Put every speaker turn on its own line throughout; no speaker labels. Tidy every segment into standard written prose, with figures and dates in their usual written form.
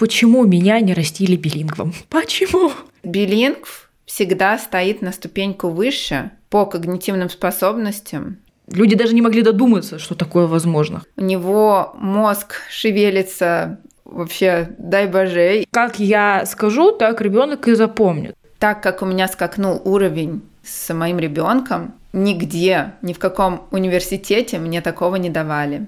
почему меня не растили билингвом? Почему?
Билингв всегда стоит на ступеньку выше по когнитивным способностям.
Люди даже не могли додуматься, что такое возможно.
У него мозг шевелится вообще, дай боже.
Как я скажу, так ребенок и запомнит.
Так как у меня скакнул уровень с моим ребенком, нигде, ни в каком университете мне такого не давали.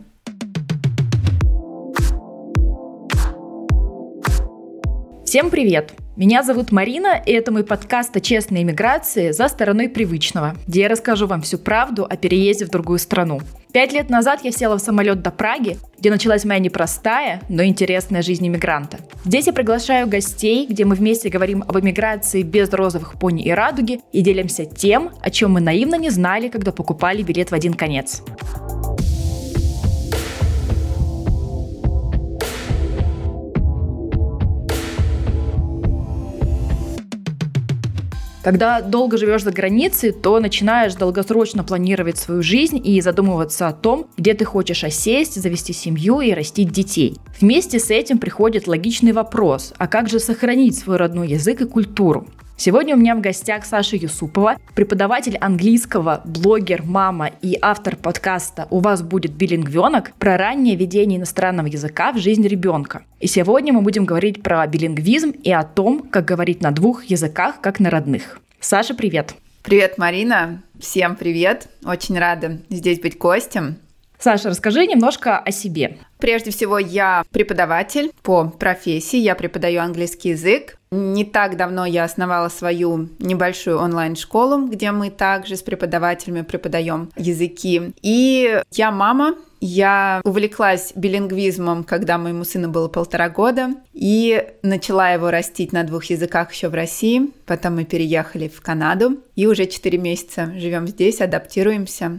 Всем привет! Меня зовут Марина, и это мой подкаст о честной иммиграции «За стороной привычного», где я расскажу вам всю правду о переезде в другую страну. 5 лет назад я села в самолет до Праги, где началась моя непростая, но интересная жизнь иммигранта. Здесь я приглашаю гостей, где мы вместе говорим об иммиграции без розовых пони и радуги и делимся тем, о чем мы наивно не знали, когда покупали билет в один конец. Когда долго живешь за границей, то начинаешь долгосрочно планировать свою жизнь и задумываться о том, где ты хочешь осесть, завести семью и растить детей. Вместе с этим приходит логичный вопрос: а как же сохранить свой родной язык и культуру? Сегодня у меня в гостях Саша Юсупова, преподаватель английского, блогер, мама и автор подкаста «У вас будет билингвенок» про раннее введение иностранного языка в жизнь ребенка. И сегодня мы будем говорить про билингвизм и о том, как говорить на 2 языках, как на родных. Саша, привет!
Привет, Марина! Всем привет! Очень рада здесь быть гостем.
Саша, расскажи немножко о себе.
Прежде всего, я преподаватель по профессии, я преподаю английский язык. Не так давно я основала свою небольшую онлайн-школу, где мы также с преподавателями преподаем языки. И я мама. Я увлеклась билингвизмом, когда моему сыну было 1,5 года, и начала его растить на 2 языках еще в России. Потом мы переехали в Канаду, и уже 4 месяца живем здесь, адаптируемся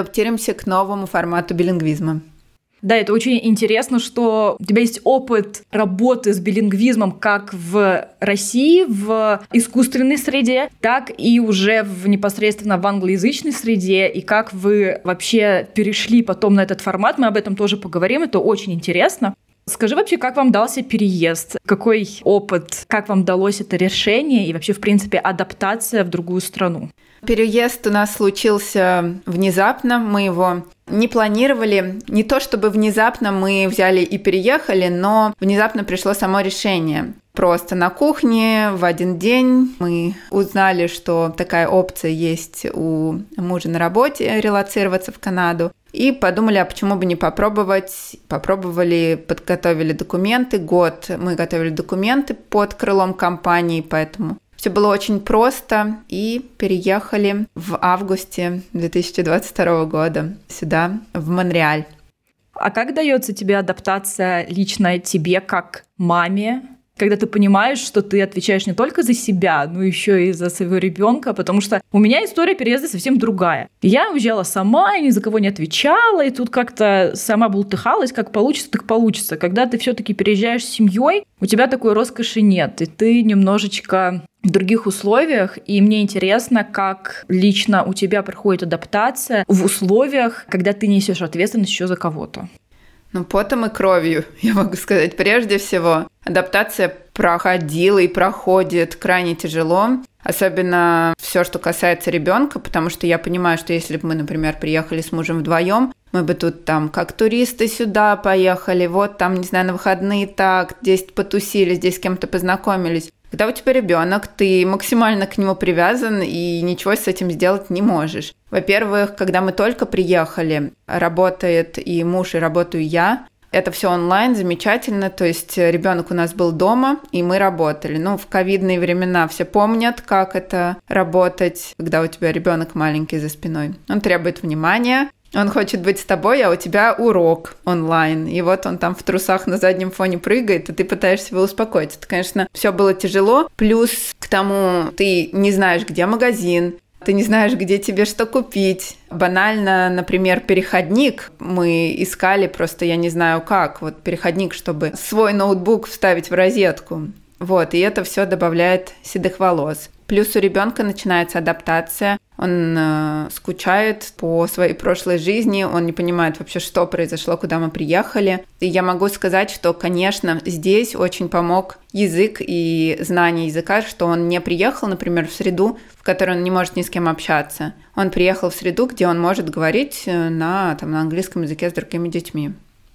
к новому формату билингвизма.
Да, это очень интересно, что у тебя есть опыт работы с билингвизмом как в России, в искусственной среде, так и уже непосредственно в англоязычной среде, и как вы вообще перешли потом на этот формат. Мы об этом тоже поговорим, это очень интересно. Скажи вообще, как вам дался переезд? Какой опыт? Как вам далось это решение и вообще, в принципе, адаптация в другую страну?
Переезд у нас случился внезапно, мы его не планировали. Не то чтобы внезапно мы взяли и переехали, но внезапно пришло само решение. Просто на кухне в один день мы узнали, что такая опция есть у мужа на работе релоцироваться в Канаду. И подумали, а почему бы не попробовать. Попробовали, подготовили документы. Год мы готовили документы под крылом компании, поэтому все было очень просто, и переехали в августе 2022 года сюда, в Монреаль.
А как дается тебе адаптация лично тебе как маме, когда ты понимаешь, что ты отвечаешь не только за себя, но еще и за своего ребенка, потому что у меня история переезда совсем другая. Я уезжала сама, и ни за кого не отвечала, и тут как-то сама бултыхалась, как получится, так получится. Когда ты все-таки переезжаешь с семьей, у тебя такой роскоши нет, и ты немножечко в других условиях, и мне интересно, как лично у тебя проходит адаптация в условиях, когда ты несешь ответственность еще за кого-то.
Потом и кровью, я могу сказать, прежде всего. Адаптация проходила и проходит крайне тяжело, особенно все, что касается ребенка, потому что я понимаю, что если бы мы, например, приехали с мужем вдвоем, мы бы тут там как туристы сюда поехали, вот там, не знаю, на выходные так, здесь потусили, здесь с кем-то познакомились. Когда у тебя ребенок, ты максимально к нему привязан и ничего с этим сделать не можешь. Во-первых, когда мы только приехали, работает и муж, и работаю я. Это все онлайн, замечательно. То есть ребенок у нас был дома, и мы работали. В ковидные времена все помнят, как это работать, когда у тебя ребенок маленький за спиной. Он требует внимания. Он хочет быть с тобой, а у тебя урок онлайн. И вот он там в трусах на заднем фоне прыгает, и ты пытаешься его успокоить. Это, конечно, все было тяжело. Плюс к тому ты не знаешь, где магазин, ты не знаешь, где тебе что купить. Банально, например, переходник мы искали, просто я не знаю как. Переходник, чтобы свой ноутбук вставить в розетку. И это все добавляет седых волос. Плюс у ребенка начинается адаптация. он скучает по своей прошлой жизни, он не понимает вообще, что произошло, куда мы приехали. И я могу сказать, что, конечно, здесь очень помог язык и знание языка, что он не приехал, например, в среду, в которой он не может ни с кем общаться. Он приехал в среду, где он может говорить на английском языке с другими детьми.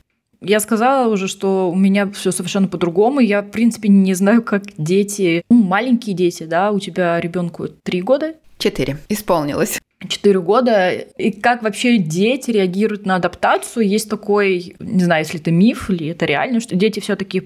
Я сказала уже, что у меня все совершенно по-другому. Я, в принципе, не знаю, как дети, маленькие дети, да, у тебя ребенку 3 года?
4. Исполнилось.
4 года. И как вообще дети реагируют на адаптацию? Есть такой, не знаю, если это миф или это реально, что дети все-таки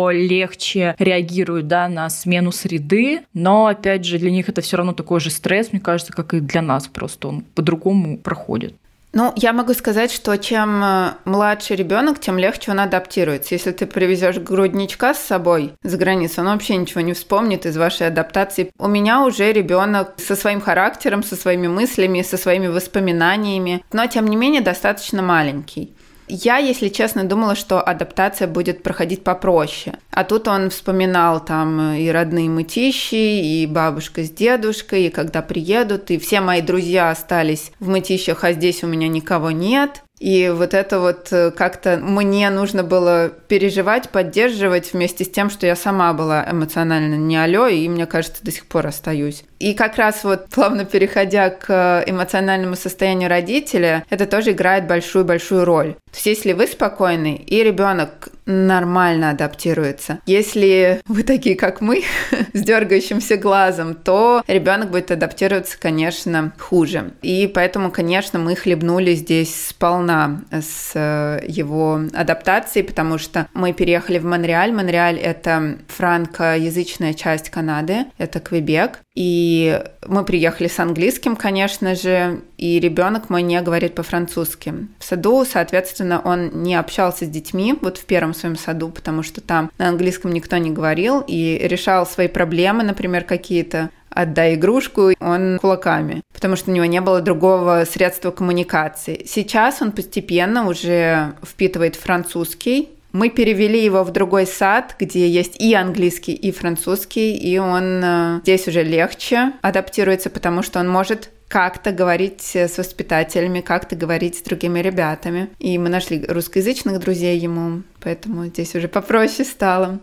полегче реагируют, да, на смену среды, но, опять же, для них это все равно такой же стресс, мне кажется, как и для нас, просто он по-другому проходит.
Ну, я могу сказать, что чем младший ребенок, тем легче он адаптируется. Если ты привезешь грудничка с собой за границу, он вообще ничего не вспомнит из вашей адаптации. У меня уже ребенок со своим характером, со своими мыслями, со своими воспоминаниями, но тем не менее достаточно маленький. Я, если честно, думала, что адаптация будет проходить попроще. А тут он вспоминал там и родные Мытищи, и бабушка с дедушкой, и когда приедут, и все мои друзья остались в Мытищах, а здесь у меня никого нет. И вот это вот как-то мне нужно было переживать, поддерживать вместе с тем, что я сама была эмоционально не алё, и, мне кажется, до сих пор остаюсь. И как раз вот плавно переходя к эмоциональному состоянию родителя, это тоже играет большую-большую роль. То есть если вы спокойны, и ребенок нормально адаптируется. Если вы такие, как мы, с дергающимся глазом, то ребенок будет адаптироваться, конечно, хуже. И поэтому, конечно, мы хлебнули здесь сполна с его адаптацией, потому что мы переехали в Монреаль. Монреаль — это франкоязычная часть Канады, это Квебек. И мы приехали с английским, конечно же, и ребенок мой не говорит по-французски. В саду, соответственно, он не общался с детьми, вот в первом своем саду, потому что там на английском никто не говорил, и решал свои проблемы, например, какие-то. Отдай игрушку, он кулаками, потому что у него не было другого средства коммуникации. Сейчас он постепенно уже впитывает французский. Мы перевели его в другой сад, где есть и английский, и французский, и он здесь уже легче адаптируется, потому что он может как-то говорить с воспитателями, как-то говорить с другими ребятами. И мы нашли русскоязычных друзей ему, поэтому здесь уже попроще стало.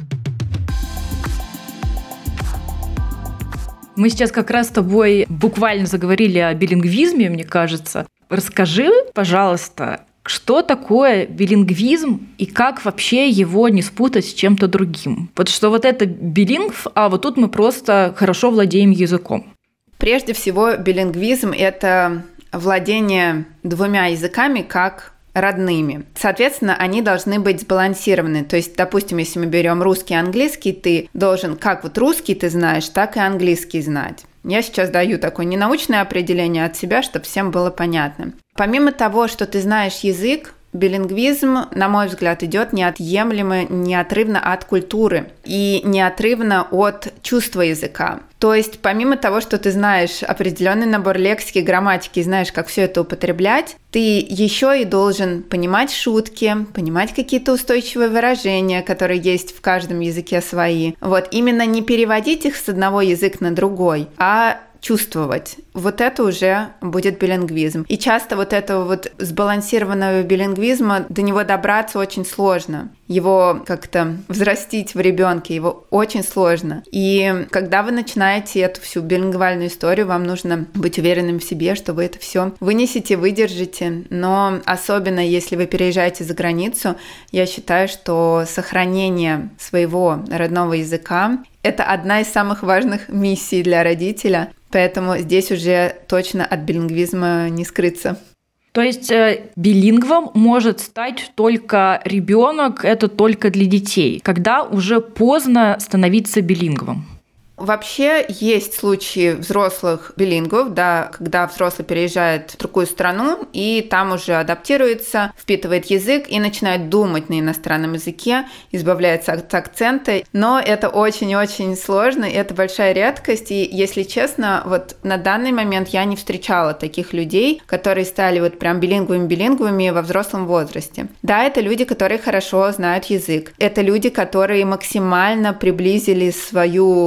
Мы сейчас как раз с тобой буквально заговорили о билингвизме, мне кажется. Расскажи, пожалуйста, что такое билингвизм и как вообще его не спутать с чем-то другим? Потому что вот это билингв, а вот тут мы просто хорошо владеем языком.
Прежде всего, билингвизм — это владение 2 языками как родными. Соответственно, они должны быть сбалансированы. То есть, допустим, если мы берем русский и английский, ты должен как вот русский ты знаешь, так и английский знать. Я сейчас даю такое ненаучное определение от себя, чтобы всем было понятно. Помимо того, что ты знаешь язык, билингвизм, на мой взгляд, идет неотъемлемо, неотрывно от культуры и неотрывно от чувства языка. То есть, помимо того, что ты знаешь определенный набор лексики, грамматики, знаешь, как все это употреблять, ты еще и должен понимать шутки, понимать какие-то устойчивые выражения, которые есть в каждом языке свои. Вот именно не переводить их с одного языка на другой, а чувствовать. Вот это уже будет билингвизм. И часто вот этого вот сбалансированного билингвизма, до него добраться очень сложно. Его как-то взрастить в ребенке, его очень сложно. И когда вы начинаете эту всю билингвальную историю, вам нужно быть уверенным в себе, что вы это все вынесете, выдержите. Но особенно если вы переезжаете за границу, я считаю, что сохранение своего родного языка — это одна из самых важных миссий для родителя. Поэтому здесь уже точно от билингвизма не скрыться.
То есть билингвом может стать только ребенок, это только для детей, когда уже поздно становиться билингвом.
Вообще есть случаи взрослых билингвов, да, когда взрослый переезжает в другую страну и там уже адаптируется, впитывает язык и начинает думать на иностранном языке, избавляется от акцента. Но это очень-очень сложно, и это большая редкость. И, если честно, вот на данный момент я не встречала таких людей, которые стали вот прям билингвами во взрослом возрасте. Да, это люди, которые хорошо знают язык. Это люди, которые максимально приблизили свою речь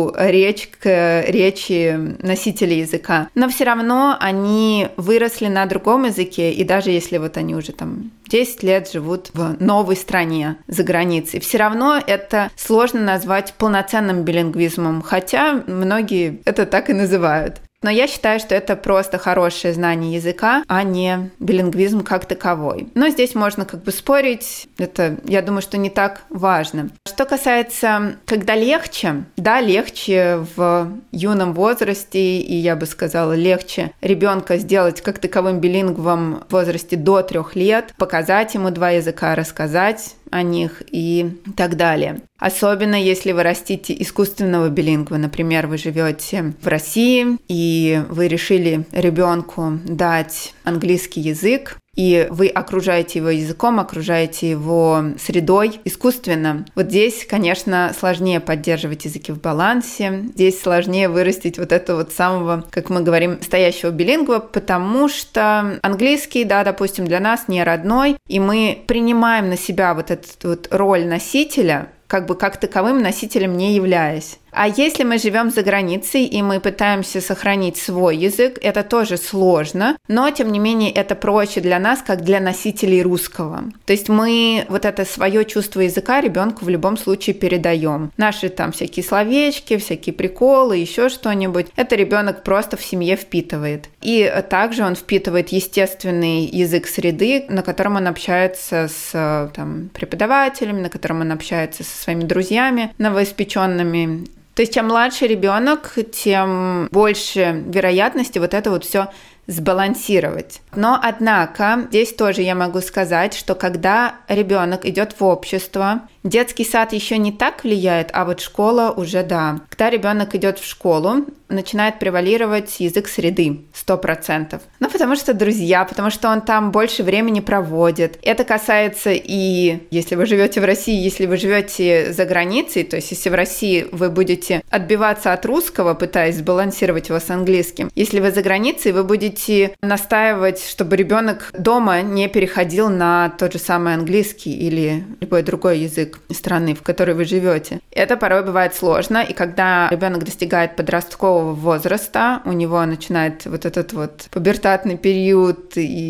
привлечь к речи носителей языка. Но все равно они выросли на другом языке, и даже если вот они уже там 10 лет живут в новой стране за границей, все равно это сложно назвать полноценным билингвизмом, хотя многие это так и называют. Но я считаю, что это просто хорошее знание языка, а не билингвизм как таковой. Но здесь можно спорить, это, я думаю, что не так важно. Что касается, когда легче, да, легче в юном возрасте, и я бы сказала, легче ребенка сделать как таковым билингвом в возрасте до 3 лет, показать ему 2 языка, рассказать о них и так далее. Особенно если вы растите искусственного билингва. Например, вы живете в России, и вы решили ребенку дать английский язык, и вы окружаете его языком, окружаете его средой искусственно. Вот здесь, конечно, сложнее поддерживать языки в балансе, здесь сложнее вырастить вот этого вот самого, как мы говорим, настоящего билингва, потому что английский, да, допустим, для нас не родной, и мы принимаем на себя вот эту вот роль носителя, как таковым носителем не являясь. А если мы живем за границей и мы пытаемся сохранить свой язык, это тоже сложно, но тем не менее это проще для нас, как для носителей русского. То есть мы вот это свое чувство языка ребенку в любом случае передаем. Наши там всякие словечки, всякие приколы, еще что-нибудь, это ребенок просто в семье впитывает. И также он впитывает естественный язык среды, на котором он общается с преподавателями, на котором он общается со своими друзьями новоиспеченными. То есть чем младше ребенок, тем больше вероятности вот это вот все сбалансировать. Но, однако, здесь тоже я могу сказать, что когда ребенок идет в общество, детский сад еще не так влияет, а вот школа уже да. Когда ребенок идет в школу, начинает превалировать язык среды 100%. Ну, потому что друзья, потому что он там больше времени проводит. Это касается и если вы живете в России, если вы живете за границей, то есть если в России вы будете отбиваться от русского, пытаясь сбалансировать его с английским, если вы за границей, вы будете настаивать, чтобы ребенок дома не переходил на тот же самый английский или любой другой язык страны, в которой вы живете. Это порой бывает сложно, и когда ребенок достигает подросткового возраста, у него начинает вот этот вот пубертатный период,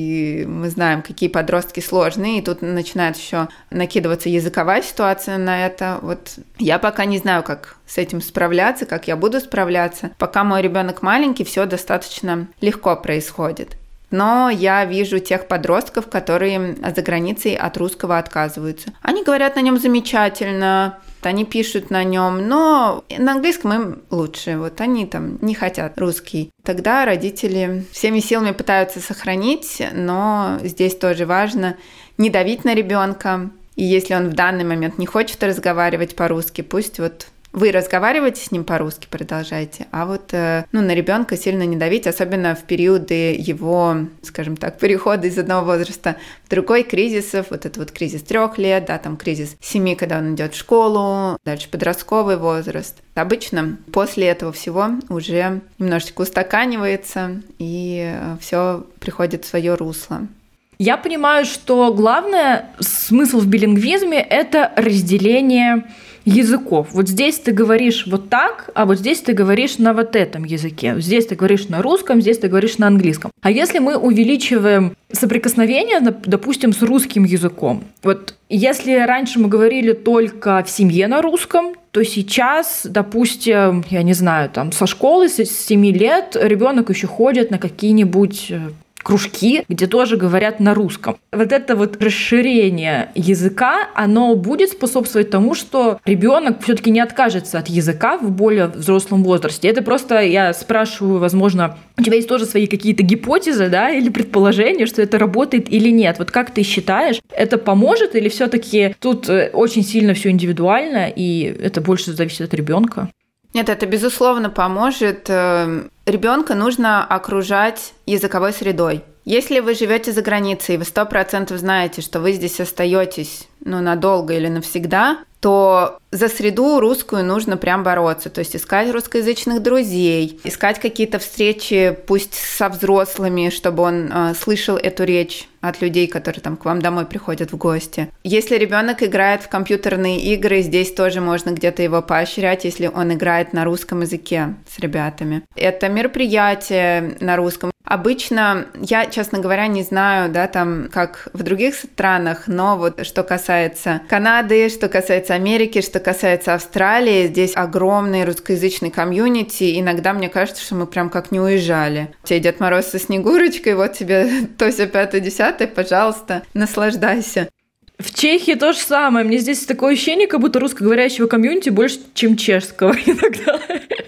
и мы знаем, какие подростки сложные, и тут начинает еще накидываться языковая ситуация на это. Вот я пока не знаю, как с этим справляться, как я буду справляться. Пока мой ребенок маленький, все достаточно легко происходит. Но я вижу тех подростков, которые за границей от русского отказываются. Они говорят на нем замечательно, они пишут на нем, но на английском им лучше. Вот они там не хотят русский. Тогда родители всеми силами пытаются сохранить, но здесь тоже важно не давить на ребенка. И если он в данный момент не хочет разговаривать по-русски, пусть вот вы разговариваете с ним по-русски, продолжайте, а вот на ребенка сильно не давить, особенно в периоды его, скажем так, перехода из одного возраста в другой, кризисов, вот это вот кризис 3 лет, да, там кризис 7, когда он идет в школу, дальше подростковый возраст. Обычно после этого всего уже немножечко устаканивается, и все приходит в свое русло.
Я понимаю, что главный смысл в билингвизме – это разделение языков. Вот здесь ты говоришь вот так, а вот здесь ты говоришь на вот этом языке. Здесь ты говоришь на русском, здесь ты говоришь на английском. А если мы увеличиваем соприкосновение, допустим, с русским языком, вот если раньше мы говорили только в семье на русском, то сейчас, допустим, я не знаю, там со школы с 7 лет ребенок еще ходит на какие-нибудь кружки, где тоже говорят на русском. Вот это вот расширение языка, оно будет способствовать тому, что ребенок все-таки не откажется от языка в более взрослом возрасте. Это просто я спрашиваю, возможно, у тебя есть тоже свои какие-то гипотезы, да, или предположения, что это работает или нет. Вот как ты считаешь, это поможет или все-таки тут очень сильно все индивидуально и это больше зависит от ребенка?
Нет, это безусловно поможет. Ребенка нужно окружать языковой средой. Если вы живете за границей, и вы 100% знаете, что вы здесь остаетесь надолго или навсегда, то за среду русскую нужно прям бороться, то есть искать русскоязычных друзей, искать какие-то встречи, пусть со взрослыми, чтобы он слышал эту речь от людей, которые там к вам домой приходят в гости. Если ребенок играет в компьютерные игры, здесь тоже можно где-то его поощрять, если он играет на русском языке с ребятами. Это мероприятие на русском. Обычно, я, честно говоря, не знаю, да, там, как в других странах, но вот что касается Канады, что касается Америки, что касается Австралии, здесь огромный русскоязычный комьюнити. Иногда мне кажется, что мы прям как не уезжали. У тебя Дед Мороз со Снегурочкой, вот тебе то сё 5-10, пожалуйста, наслаждайся.
В Чехии то же самое. Мне здесь такое ощущение, как будто русскоговорящего комьюнити больше, чем чешского иногда.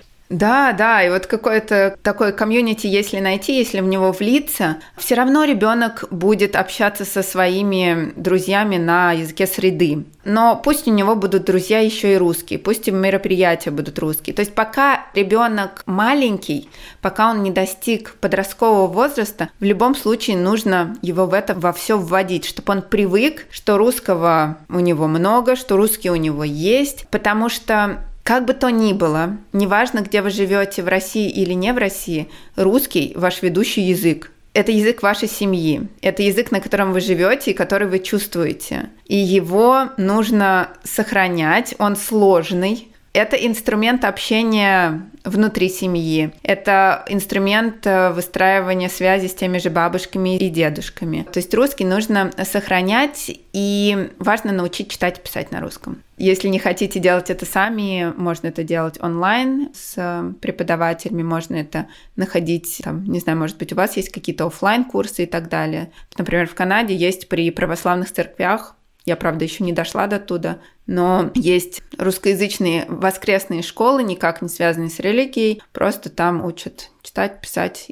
Да, и вот какое-то такое комьюнити, если найти, если в него влиться, все равно ребенок будет общаться со своими друзьями на языке среды. Но пусть у него будут друзья еще и русские, пусть и мероприятия будут русские. То есть пока ребенок маленький, пока он не достиг подросткового возраста, в любом случае нужно его в это во все вводить, чтобы он привык, что русского у него много, что русский у него есть, потому что как бы то ни было, неважно, где вы живете, в России или не в России, русский – ваш ведущий язык. Это язык вашей семьи, это язык, на котором вы живете и который вы чувствуете. И его нужно сохранять, он сложный. Это инструмент общения внутри семьи. Это инструмент выстраивания связи с теми же бабушками и дедушками. То есть русский нужно сохранять, и важно научить читать и писать на русском. Если не хотите делать это сами, можно это делать онлайн с преподавателями, можно это находить, там, не знаю, может быть, у вас есть какие-то офлайн-курсы и так далее. Например, в Канаде есть при православных церквях, я, правда, еще не дошла до туда, но есть русскоязычные воскресные школы, никак не связанные с религией, просто там учат читать, писать.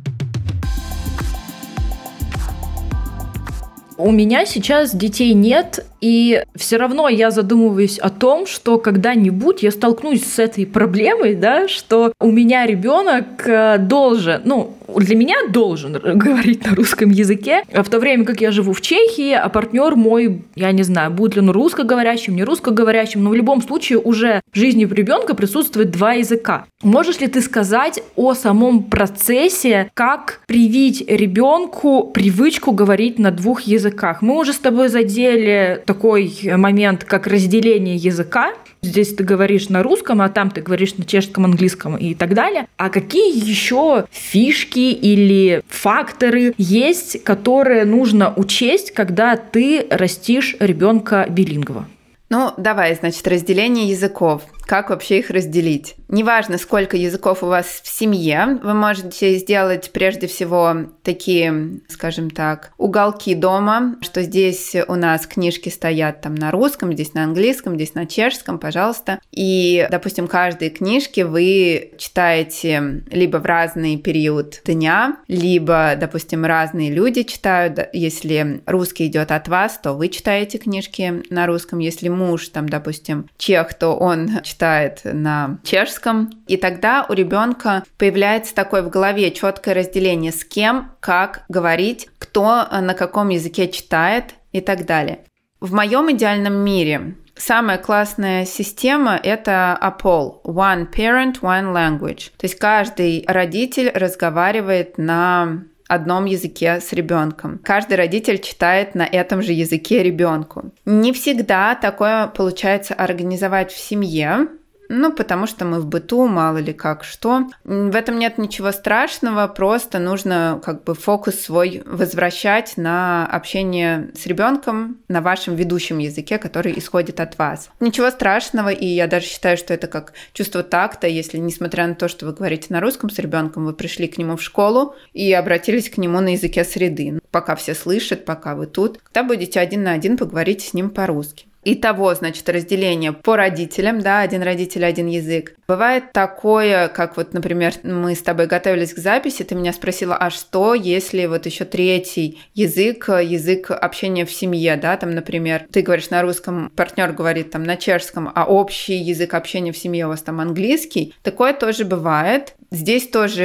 У меня сейчас детей нет, и все равно я задумываюсь о том, что когда-нибудь я столкнусь с этой проблемой, да, что у меня ребенок должен, для меня должен говорить на русском языке, в то время как я живу в Чехии, а партнер мой, я не знаю, будет ли он русскоговорящим, не русскоговорящим, но в любом случае уже в жизни ребенка присутствует два языка. Можешь ли ты сказать о самом процессе, как привить ребенку привычку говорить на двух языках? Мы уже с тобой задели такой момент, как разделение языка. Здесь ты говоришь на русском, а там ты говоришь на чешском, английском и так далее. А какие еще фишки или факторы есть, которые нужно учесть, когда ты растишь ребенка билингва?
Давай, значит, разделение языков. Как вообще их разделить? Неважно, сколько языков у вас в семье, вы можете сделать прежде всего такие, скажем так, уголки дома, что здесь у нас книжки стоят там на русском, здесь на английском, здесь на чешском, пожалуйста. И, допустим, каждой книжки вы читаете либо в разный период дня, либо, допустим, разные люди читают. Если русский идет от вас, то вы читаете книжки на русском. Если муж, там, допустим, чех, то он читает на чешском, и тогда у ребенка появляется такое в голове четкое разделение, с кем, как говорить, кто на каком языке читает и так далее. В моем идеальном мире самая классная система — это APOL – One Parent, One Language. То есть каждый родитель разговаривает на одном языке с ребенком. Каждый родитель читает на этом же языке ребенку. Не всегда такое получается организовать в семье, потому что мы в быту, мало ли как что. В этом нет ничего страшного, просто нужно фокус свой возвращать на общение с ребенком на вашем ведущем языке, который исходит от вас. Ничего страшного, и я даже считаю, что это как чувство такта, если, несмотря на то, что вы говорите на русском с ребенком, вы пришли к нему в школу и обратились к нему на языке среды. Пока все слышат, пока вы тут, когда будете один на один, поговорите с ним по-русски. Итого, значит, разделение по родителям, да, один родитель, один язык. Бывает такое, как вот, например, мы с тобой готовились к записи, ты меня спросила, а что, если вот еще третий язык общения в семье, да, там, например, ты говоришь на русском, партнер говорит там на чешском, а общий язык общения в семье у вас там английский. Такое тоже бывает. Здесь тоже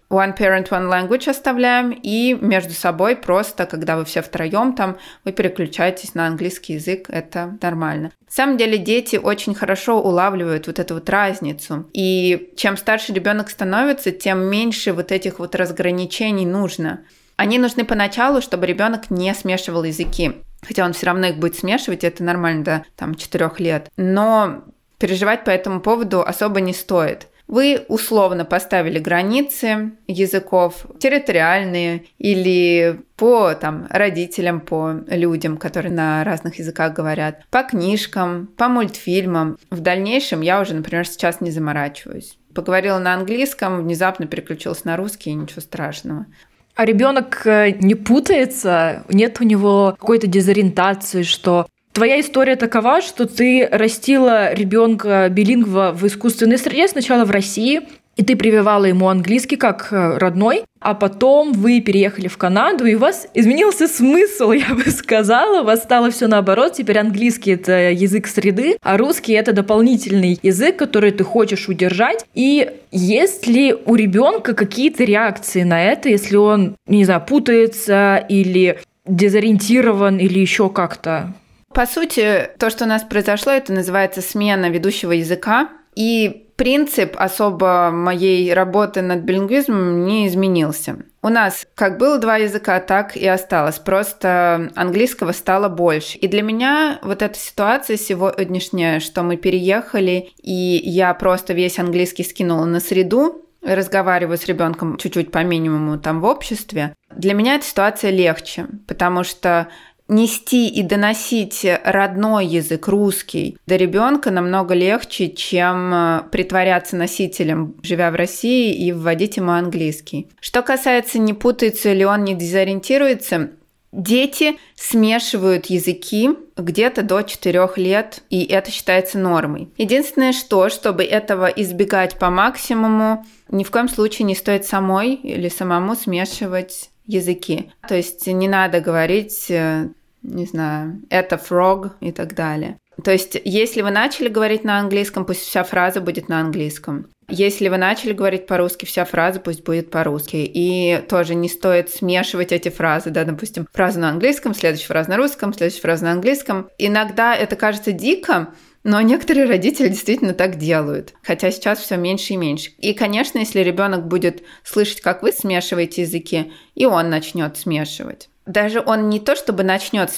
one parent, one language оставляем, и между собой просто, когда вы все втроем там, вы переключаетесь на английский язык, это нормально. На самом деле дети очень хорошо улавливают вот эту вот разницу, и чем старше ребенок становится, тем меньше вот этих вот разграничений нужно. Они нужны поначалу, чтобы ребенок не смешивал языки, хотя он все равно их будет смешивать, это нормально до 4 лет, но переживать по этому поводу особо не стоит. Вы условно поставили границы языков, территориальные или по родителям, по людям, которые на разных языках говорят, по книжкам, по мультфильмам. В дальнейшем я уже, например, сейчас не заморачиваюсь. Поговорила на английском, внезапно переключилась на русский, и ничего страшного.
А ребенок не путается? Нет у него какой-то дезориентации, что твоя история такова, что ты растила ребенка билингва в искусственной среде, сначала в России, и ты прививала ему английский как родной, а потом вы переехали в Канаду, и у вас изменился смысл, я бы сказала. У вас стало все наоборот. Теперь английский — это язык среды, а русский — это дополнительный язык, который ты хочешь удержать. И есть ли у ребенка какие-то реакции на это, если он, не знаю, путается или дезориентирован, или еще как-то?
По сути, то, что у нас произошло, это называется смена ведущего языка. И принцип особо моей работы над билингвизмом не изменился. У нас как было 2 языка, так и осталось. Просто английского стало больше. И для меня вот эта ситуация сегодняшняя, что мы переехали, и я просто весь английский скинула на среду, разговариваю с ребенком чуть-чуть по минимуму в обществе, для меня эта ситуация легче, потому что нести и доносить родной язык, русский, до ребенка намного легче, чем притворяться носителем, живя в России, и вводить ему английский. Что касается, не путается ли он, не дезориентируется, дети смешивают языки где-то до 4 лет, и это считается нормой. Единственное, чтобы этого избегать по максимуму, ни в коем случае не стоит самой или самому смешивать языки. То есть не надо говорить, не знаю, это frog и так далее. То есть если вы начали говорить на английском, пусть вся фраза будет на английском. Если вы начали говорить по-русски, вся фраза пусть будет по-русски. И тоже не стоит смешивать эти фразы, допустим, фразу на английском, следующая фраза на русском, следующая фраза на английском. Иногда это кажется дико, но некоторые родители действительно так делают, хотя сейчас все меньше и меньше. И, конечно, если ребенок будет слышать, как вы смешиваете языки, и он начнет смешивать. Даже он не то чтобы начнет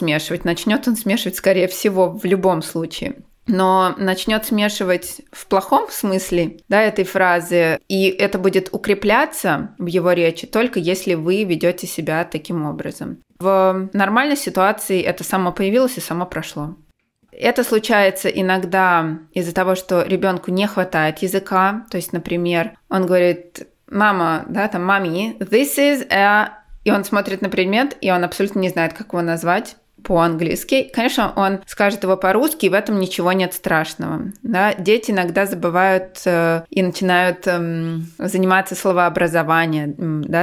он смешивать, скорее всего, в любом случае. Но начнет смешивать в плохом смысле, этой фразы, и это будет укрепляться в его речи только если вы ведете себя таким образом. В нормальной ситуации это само появилось и само прошло. Это случается иногда из-за того, что ребенку не хватает языка. То есть, например, он говорит: мама, мами, this is a... И он смотрит на предмет, и он абсолютно не знает, как его назвать по-английски. Конечно, он скажет его по-русски, и в этом ничего нет страшного. Дети иногда забывают и начинают заниматься словообразованием.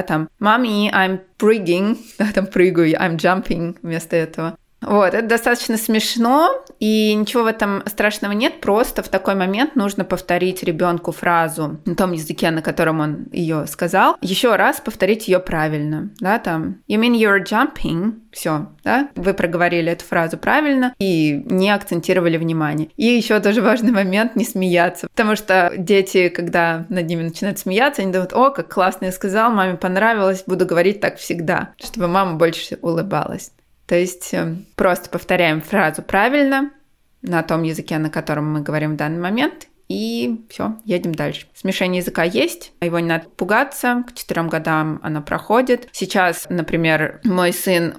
Mommy, I'm priging. Прыгаю, I'm jumping вместо этого. Это достаточно смешно, и ничего в этом страшного нет, просто в такой момент нужно повторить ребенку фразу на том языке, на котором он ее сказал, еще раз повторить ее правильно, you mean you're jumping, все, вы проговорили эту фразу правильно и не акцентировали внимание. И еще тоже важный момент — не смеяться, потому что дети, когда над ними начинают смеяться, они думают: о, как классно я сказал, маме понравилось, буду говорить так всегда, чтобы мама больше улыбалась. То есть просто повторяем фразу правильно на том языке, на котором мы говорим в данный момент, и все, едем дальше. Смешение языка есть, его не надо пугаться, к 4 годам оно проходит. Сейчас, например, мой сын,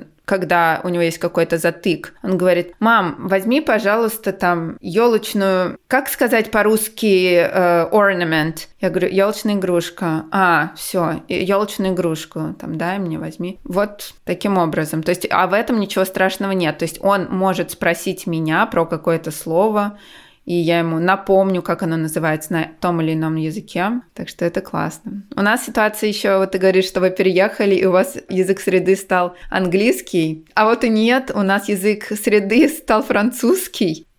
когда у него есть какой-то затык, он говорит: мам, возьми, пожалуйста, ёлочную, как сказать по-русски ornament? Я говорю: ёлочная игрушка. Все, ёлочную игрушку, дай мне, возьми. Вот таким образом. То есть, в этом ничего страшного нет. То есть он может спросить меня про какое-то слово, и я ему напомню, как оно называется на том или ином языке. Так что это классно. У нас ситуация еще, ты говоришь, что вы переехали, и у вас язык среды стал английский. А и нет, у нас язык среды стал французский.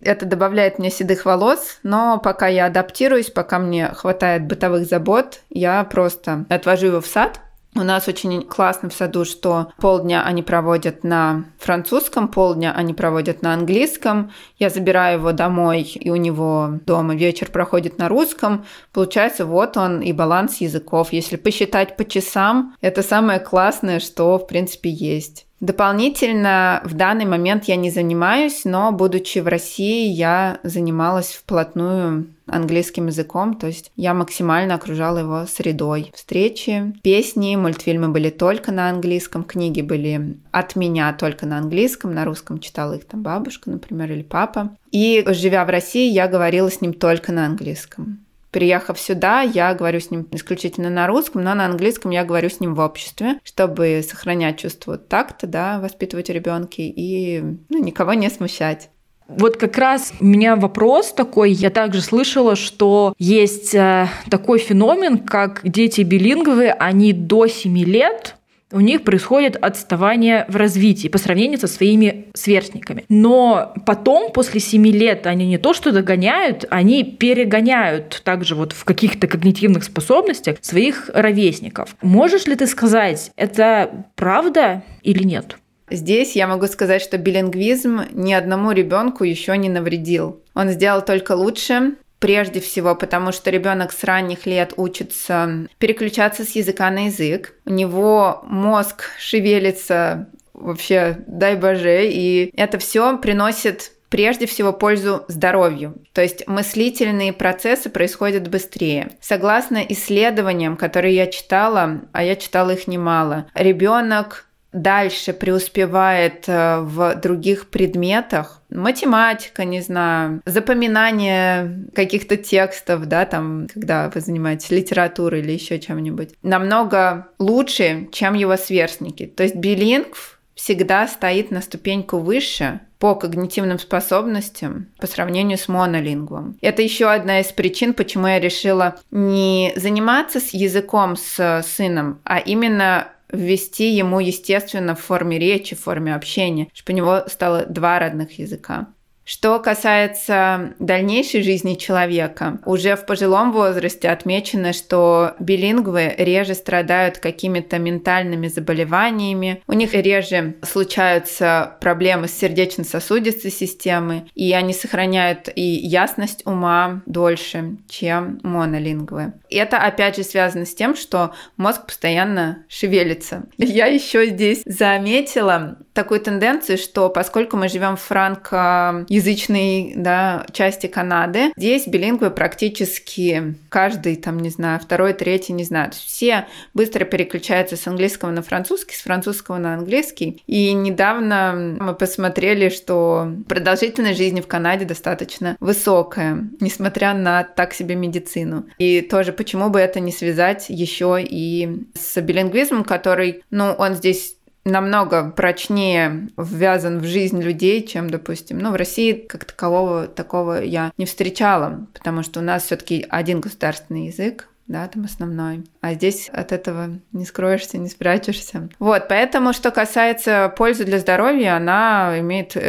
Это добавляет мне седых волос, но пока я адаптируюсь, пока мне хватает бытовых забот, я просто отвожу его в сад. У нас очень классно в саду, что полдня они проводят на французском, полдня они проводят на английском. Я забираю его домой, и у него дома вечер проходит на русском. Получается, вот он и баланс языков. Если посчитать по часам, это самое классное, что в принципе есть. Дополнительно в данный момент я не занимаюсь, но, будучи в России, я занималась вплотную английским языком, то есть я максимально окружала его средой. Встречи, песни, мультфильмы были только на английском, книги были от меня только на английском, на русском читала их там бабушка, например, или папа. И, живя в России, я говорила с ним только на английском. Приехав сюда, я говорю с ним исключительно на русском, но на английском я говорю с ним в обществе, чтобы сохранять чувство такта, да, воспитывать ребенка и никого не смущать.
Вот как раз у меня вопрос такой. Я также слышала, что есть такой феномен, как дети билингвы, они до 7 лет, у них происходит отставание в развитии по сравнению со своими сверстниками. Но потом, после 7 лет, они не то что догоняют, они перегоняют также вот в каких-то когнитивных способностях своих ровесников. Можешь ли ты сказать, это правда или нет?
Здесь я могу сказать, что билингвизм ни одному ребенку еще не навредил. Он сделал только лучше. Прежде всего, потому что ребенок с ранних лет учится переключаться с языка на язык. У него мозг шевелится вообще, дай боже, и это все приносит прежде всего пользу здоровью. То есть мыслительные процессы происходят быстрее. Согласно исследованиям, которые я читала, а я читала их немало, ребенок дальше преуспевает в других предметах, математика, не знаю, запоминание каких-то текстов, да, там, когда вы занимаетесь литературой или еще чем-нибудь, намного лучше, чем его сверстники. То есть билингв всегда стоит на ступеньку выше по когнитивным способностям по сравнению с монолингвом. Это еще одна из причин, почему я решила не заниматься с языком с сыном, а именно ввести ему, естественно, в форме речи, в форме общения, чтобы у него стало 2 родных языка. Что касается дальнейшей жизни человека, уже в пожилом возрасте отмечено, что билингвы реже страдают какими-то ментальными заболеваниями, у них реже случаются проблемы с сердечно-сосудистой системой, и они сохраняют и ясность ума дольше, чем монолингвы. И это опять же связано с тем, что мозг постоянно шевелится. Я еще здесь заметила такую тенденцию, что поскольку мы живем в франкоязычной, да, части Канады, здесь билингвы практически каждый, там, не знаю, 2-й, 3-й, не знаю, все быстро переключаются с английского на французский, с французского на английский. И недавно мы посмотрели, что продолжительность жизни в Канаде достаточно высокая, несмотря на так себе медицину. И тоже почему бы это не связать еще и с билингвизмом, который, он здесь намного прочнее ввязан в жизнь людей, чем, допустим, в России как такового такого я не встречала, потому что у нас все-таки один государственный язык, да, там основной. А здесь от этого не скроешься, не спрячешься. Вот, поэтому, что касается пользы для здоровья, она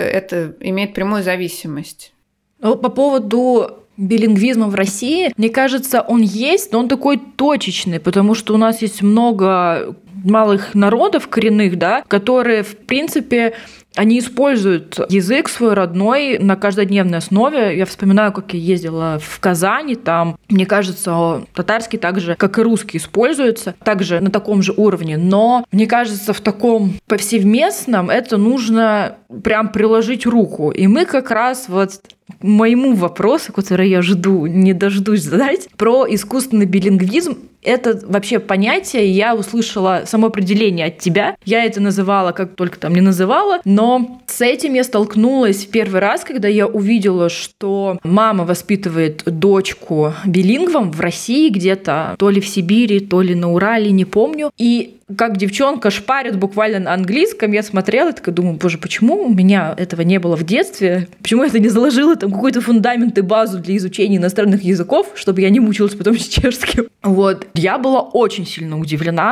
имеет прямую зависимость.
По поводу билингвизма в России, мне кажется, он есть, но он такой точечный, потому что у нас есть много малых народов коренных, да, которые, в принципе, они используют язык свой родной на каждодневной основе. Я вспоминаю, как я ездила в Казани, там, мне кажется, татарский так же, как и русский, используется, также на таком же уровне. Но, мне кажется, в таком повсеместном это нужно прям приложить руку. И мы как раз вот моему вопросу, который я не дождусь задать, про искусственный билингвизм. Это вообще понятие, я услышала само определение от тебя. Я это называла, как только там не называла, но с этим я столкнулась в первый раз, когда я увидела, что мама воспитывает дочку билингвом в России где-то, то ли в Сибири, то ли на Урале, не помню. И как девчонка шпарит буквально на английском, я смотрела и такая думаю, боже, почему у меня этого не было в детстве? Почему я это не заложила там какой-то фундамент и базу для изучения иностранных языков, чтобы я не мучилась потом с чешским? Вот. Я была очень сильно удивлена,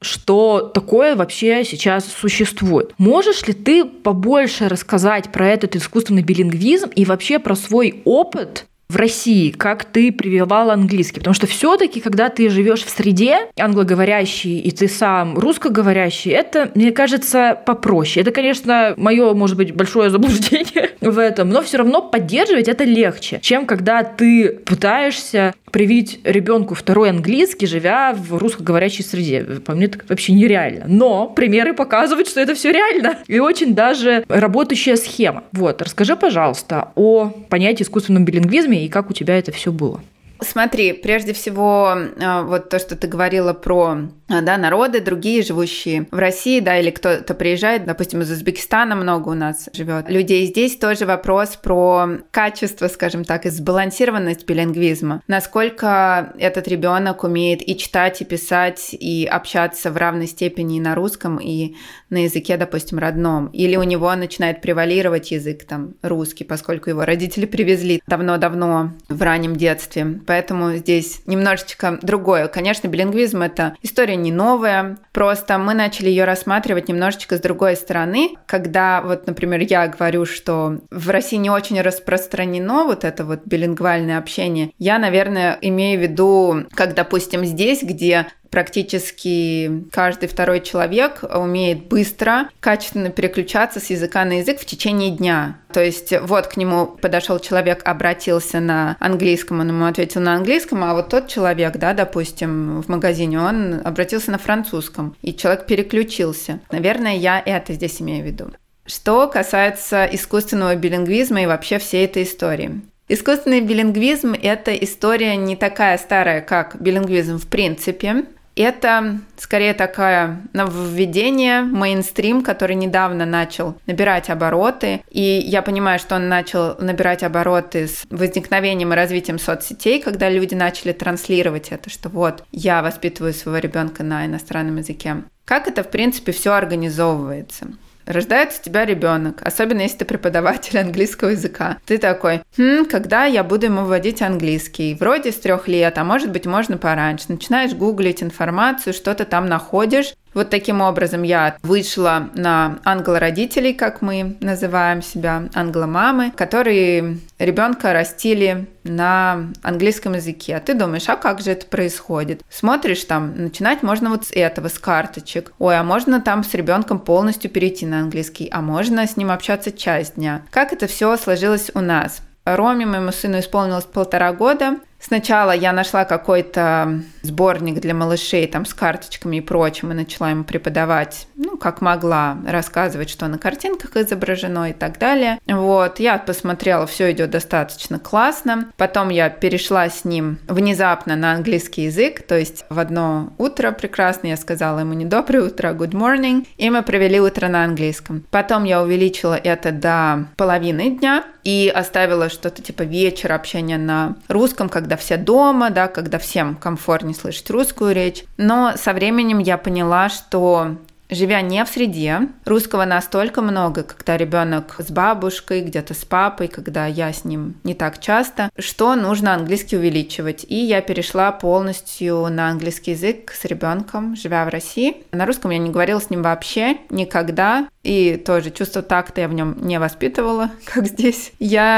что такое вообще сейчас существует. Можешь ли ты побольше рассказать про этот искусственный билингвизм и вообще про свой опыт в России, как ты прививала английский? Потому что все-таки, когда ты живешь в среде англоговорящей, и ты сам русскоговорящий, это, мне кажется, попроще. Это, конечно, мое, может быть, большое заблуждение в этом, но все равно поддерживать это легче, чем когда ты пытаешься привить ребенку второй английский, живя в русскоговорящей среде. По мне, это вообще нереально. Но примеры показывают, что это все реально. И очень даже работающая схема. Вот, расскажи, пожалуйста, о понятии искусственного билингвизма и как у тебя это все было.
Смотри, прежде всего, вот то, что ты говорила про народы, другие, живущие в России, или кто-то приезжает, допустим, из Узбекистана много у нас живет людей. Здесь тоже вопрос про качество, скажем так, и сбалансированность билингвизма. Насколько этот ребенок умеет и читать, и писать, и общаться в равной степени и на русском, и на языке, допустим, родном. Или у него начинает превалировать язык русский, поскольку его родители привезли давно-давно в раннем детстве. Поэтому здесь немножечко другое. Конечно, билингвизм — это история не новая, просто мы начали ее рассматривать немножечко с другой стороны. Когда, например, я говорю, что в России не очень распространено это билингвальное общение, я, наверное, имею в виду, как, допустим, здесь, где практически каждый второй человек умеет быстро, качественно переключаться с языка на язык в течение дня. То есть к нему подошел человек, обратился на английском, он ему ответил на английском, а тот человек, допустим, в магазине, он обратился на французском, и человек переключился. Наверное, я это здесь имею в виду. Что касается искусственного билингвизма и вообще всей этой истории. Искусственный билингвизм — это история не такая старая, как билингвизм в принципе. Это скорее такое нововведение, мейнстрим, который недавно начал набирать обороты. И я понимаю, что он начал набирать обороты с возникновением и развитием соцсетей, когда люди начали транслировать это, что я воспитываю своего ребенка на иностранном языке. Как это, в принципе, все организовывается? Рождается у тебя ребенок, особенно если ты преподаватель английского языка. Ты такой, когда я буду ему вводить английский? Вроде с 3 лет, а может быть, можно пораньше. Начинаешь гуглить информацию, что-то там находишь. Таким образом я вышла на англородителей, как мы называем себя, англомамы, которые ребенка растили на английском языке. А ты думаешь, а как же это происходит? Смотришь начинать можно с этого, с карточек. А можно с ребенком полностью перейти на английский, а можно с ним общаться часть дня. Как это все сложилось у нас? Роме, моему сыну, исполнилось 1,5 года. Сначала я нашла какой-то сборник для малышей с карточками и прочим, и начала ему преподавать, как могла, рассказывать, что на картинках изображено и так далее. Я посмотрела, все идет достаточно классно. Потом я перешла с ним внезапно на английский язык, то есть в одно утро прекрасно я сказала ему не доброе утро, а good morning, и мы провели утро на английском. Потом я увеличила это до половины дня и оставила что-то типа вечера общения на русском, когда все дома, когда всем комфортнее слышать русскую речь. Но со временем я поняла, что живя не в среде, русского настолько много, когда ребенок с бабушкой, где-то с папой, когда я с ним не так часто, что нужно английский увеличивать. И я перешла полностью на английский язык с ребенком, живя в России. На русском я не говорила с ним вообще никогда. И тоже чувство такта я в нем не воспитывала, как здесь.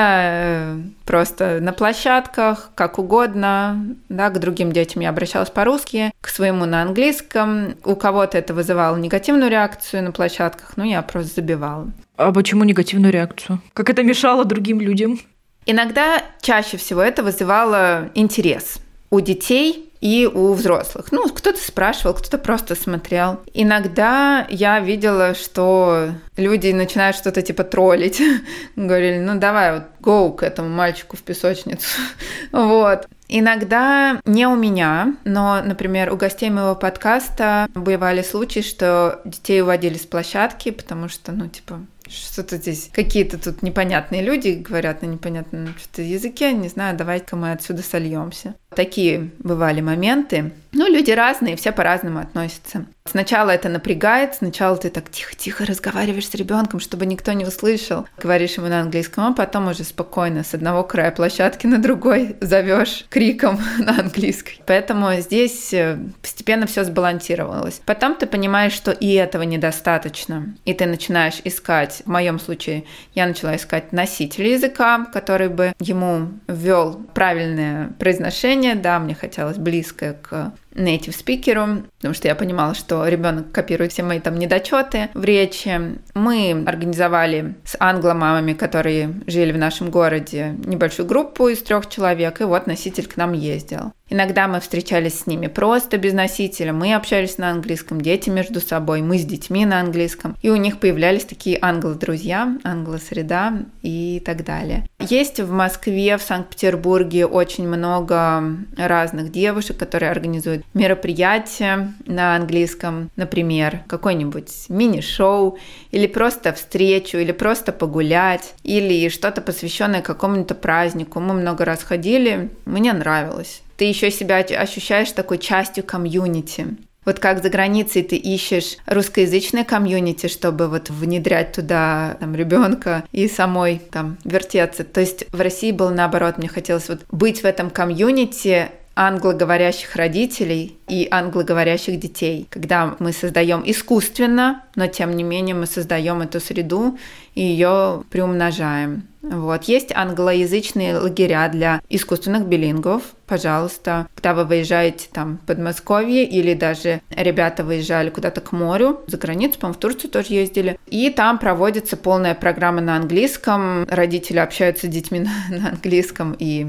Я просто на площадках, как угодно, к другим детям я обращалась по-русски, к своему на английском. У кого-то это вызывало негативную реакцию на площадках, я просто забивала.
А почему негативную реакцию? Как это мешало другим людям?
Иногда, чаще всего это вызывало интерес у детей и у взрослых. Кто-то спрашивал, кто-то просто смотрел. Иногда я видела, что люди начинают что-то типа троллить. Говорили, давай, go к этому мальчику в песочницу. Иногда не у меня, но, например, у гостей моего подкаста бывали случаи, что детей уводили с площадки, потому что, что-то здесь какие-то тут непонятные люди говорят на непонятном языке, не знаю, давайте-ка мы отсюда сольемся. Такие бывали моменты. Люди разные, все по-разному относятся. Сначала это напрягает, сначала ты так тихо-тихо разговариваешь с ребенком, чтобы никто не услышал. Говоришь ему на английском, а потом уже спокойно с одного края площадки на другой зовешь криком на английском. Поэтому здесь постепенно все сбалансировалось. Потом ты понимаешь, что и этого недостаточно. И ты начинаешь искать, в моем случае, я начала искать носителя языка, который бы ему ввел правильное произношение. Да, мне хотелось близкое к native спикеру, потому что я понимала, что ребенок копирует все мои там недочеты в речи. Мы организовали с англомамами, которые жили в нашем городе, небольшую группу из 3 человек, и вот носитель к нам ездил. Иногда мы встречались с ними просто без носителя, мы общались на английском, дети между собой, мы с детьми на английском, и у них появлялись такие англо-друзья, англо-среда и так далее. Есть в Москве, в Санкт-Петербурге очень много разных девушек, которые организуют мероприятия на английском, например, какой-нибудь мини-шоу, или просто встречу, или просто погулять, или что-то посвященное какому-то празднику. Мы много раз ходили, мне нравилось. Ты еще себя ощущаешь такой частью комьюнити. Вот как за границей ты ищешь русскоязычное комьюнити, чтобы вот внедрять туда ребенка и самой там вертеться. То есть в России было наоборот, мне хотелось вот быть в этом комьюнити англоговорящих родителей и англоговорящих детей, когда мы создаем искусственно, но тем не менее мы создаем эту среду и ее приумножаем. Вот. Есть англоязычные лагеря для искусственных билингвов. Пожалуйста, когда вы выезжаете там в Подмосковье или даже ребята выезжали куда-то к морю, за границу, по-моему, в Турцию тоже ездили, и там проводится полная программа на английском, родители общаются с детьми на английском и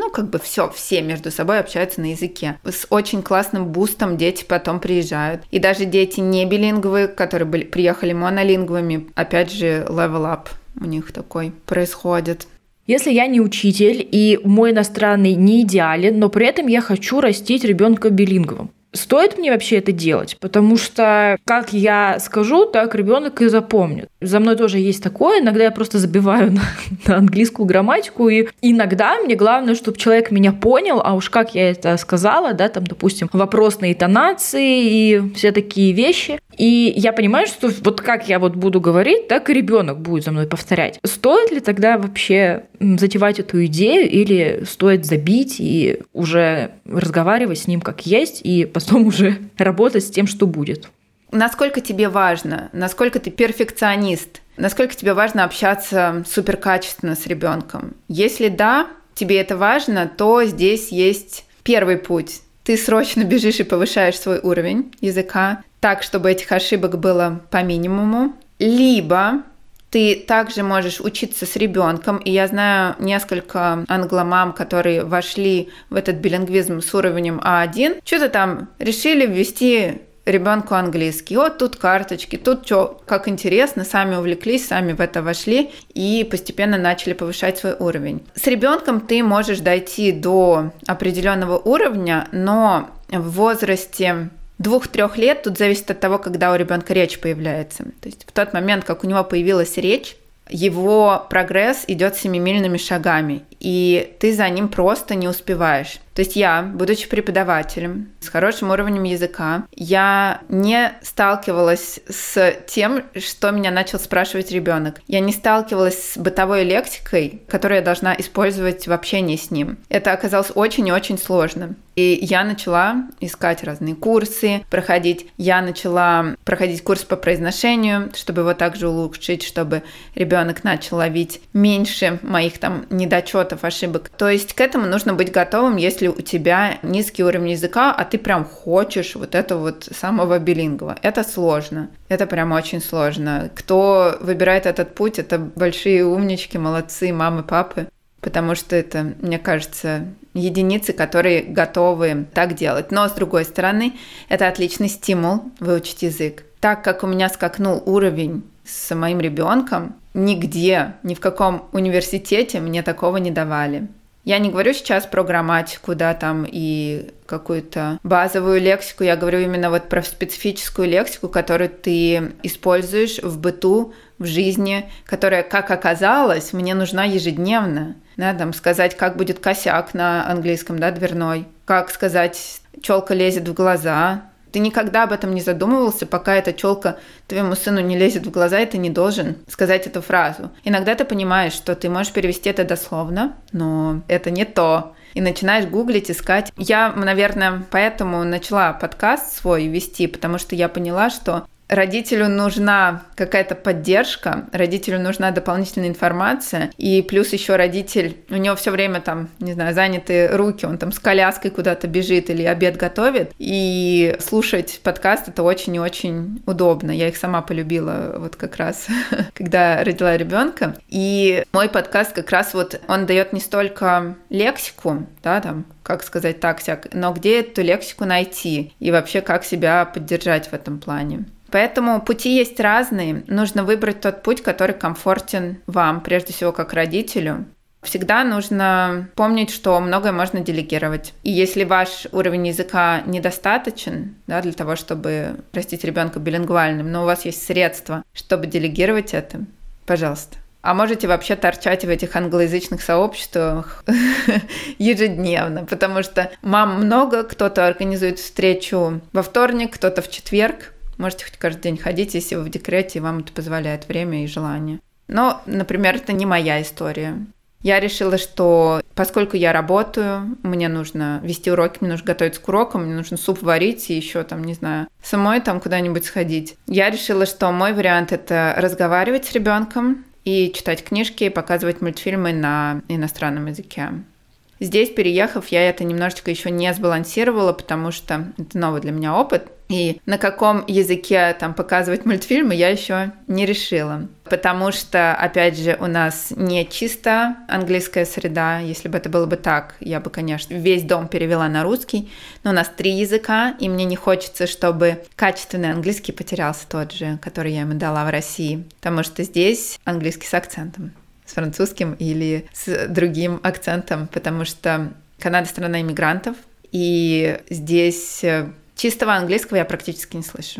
все между собой общаются на языке. С очень классным бустом дети потом приезжают. И даже дети не билингвы, которые приехали монолингвами, опять же, level up у них такой происходит.
Если я не учитель и мой иностранный не идеален, но при этом я хочу растить ребенка билингвом, стоит мне вообще это делать? Потому что как я скажу, так ребенок и запомнит. За мной тоже есть такое. Иногда я просто забиваю на английскую грамматику. И иногда мне главное, чтобы человек меня понял, а уж как я это сказала, да, там, допустим, вопросные интонации и все такие вещи. И я понимаю, что вот как я вот буду говорить, так и ребенок будет за мной повторять. Стоит ли тогда вообще затевать эту идею или стоит забить и уже разговаривать с ним как есть и потом уже работать с тем, что будет?
Насколько тебе важно, насколько ты перфекционист, насколько тебе важно общаться суперкачественно с ребенком? Если да, тебе это важно, то здесь есть первый путь. Ты срочно бежишь и повышаешь свой уровень языка так, чтобы этих ошибок было по минимуму. Либо ты также можешь учиться с ребенком, и я знаю несколько англомам, которые вошли в этот билингвизм с уровнем А1, что-то там решили ввести ребенку английский. Вот тут карточки, тут что, как интересно, сами увлеклись, сами в это вошли и постепенно начали повышать свой уровень. С ребенком ты можешь дойти до определенного уровня, но в возрасте 2-3 лет, тут зависит от того, когда у ребенка речь появляется. То есть в тот момент, как у него появилась речь, его прогресс идет семимильными шагами, и ты за ним просто не успеваешь. То есть я, будучи преподавателем с хорошим уровнем языка, я не сталкивалась с тем, что меня начал спрашивать ребенок. Я не сталкивалась с бытовой лексикой, которую я должна использовать в общении с ним. Это оказалось очень и очень сложно. И я начала искать разные курсы, проходить. Я начала проходить курс по произношению, чтобы его также улучшить, чтобы ребенок начал ловить меньше моих там недочетов, ошибок. То есть к этому нужно быть готовым, если у тебя низкий уровень языка, а ты прям хочешь вот этого вот самого билингва. Это сложно. Это прям очень сложно. Кто выбирает этот путь, это большие умнички, молодцы, мамы, папы. Потому что это, мне кажется, единицы, которые готовы так делать. Но, с другой стороны, это отличный стимул выучить язык. Так как у меня скакнул уровень с моим ребенком, нигде, ни в каком университете мне такого не давали. Я не говорю сейчас про грамматику, да, там и какую-то базовую лексику, я говорю именно вот про специфическую лексику, которую ты используешь в быту, в жизни, которая, как оказалось, мне нужна ежедневно. Да, там сказать, как будет косяк на английском, да, дверной, как сказать, челка лезет в глаза. Ты никогда об этом не задумывался, пока эта челка твоему сыну не лезет в глаза, и ты не должен сказать эту фразу. Иногда ты понимаешь, что ты можешь перевести это дословно, но это не то. И начинаешь гуглить, искать. Я, наверное, поэтому начала подкаст свой вести, потому что я поняла, что родителю нужна какая-то поддержка, родителю нужна дополнительная информация, и плюс еще родитель, у него все время там, не знаю, заняты руки, он там с коляской куда-то бежит или обед готовит, и слушать подкаст — это очень и очень удобно. Я их сама полюбила вот как раз, когда родила ребенка. И мой подкаст как раз вот, он дает не столько лексику, да, там, как сказать так-сяк, но где эту лексику найти и вообще как себя поддержать в этом плане. Поэтому пути есть разные. Нужно выбрать тот путь, который комфортен вам, прежде всего, как родителю. Всегда нужно помнить, что многое можно делегировать. И если ваш уровень языка недостаточен, да, для того, чтобы растить ребенка билингвальным, но у вас есть средства, чтобы делегировать это, пожалуйста. А можете вообще торчать в этих англоязычных сообществах ежедневно, потому что мам много, кто-то организует встречу во вторник, кто-то в четверг. Можете хоть каждый день ходить, если вы в декрете, и вам это позволяет время и желание. Но, например, это не моя история. Я решила, что поскольку я работаю, мне нужно вести уроки, мне нужно готовиться к урокам, мне нужно суп варить и еще там, не знаю, самой там куда-нибудь сходить. Я решила, что мой вариант — это разговаривать с ребенком и читать книжки, и показывать мультфильмы на иностранном языке. Здесь, переехав, я это немножечко еще не сбалансировала, потому что это новый для меня опыт. И на каком языке там показывать мультфильмы, я еще не решила. Потому что, опять же, у нас не чисто английская среда. Если бы это было бы так, я бы, конечно, весь дом перевела на русский. Но у нас 3 языка, и мне не хочется, чтобы качественный английский потерялся тот же, который я ему дала в России. Потому что здесь английский с акцентом. С французским или с другим акцентом, потому что Канада — страна иммигрантов, и здесь чистого английского я практически не слышу.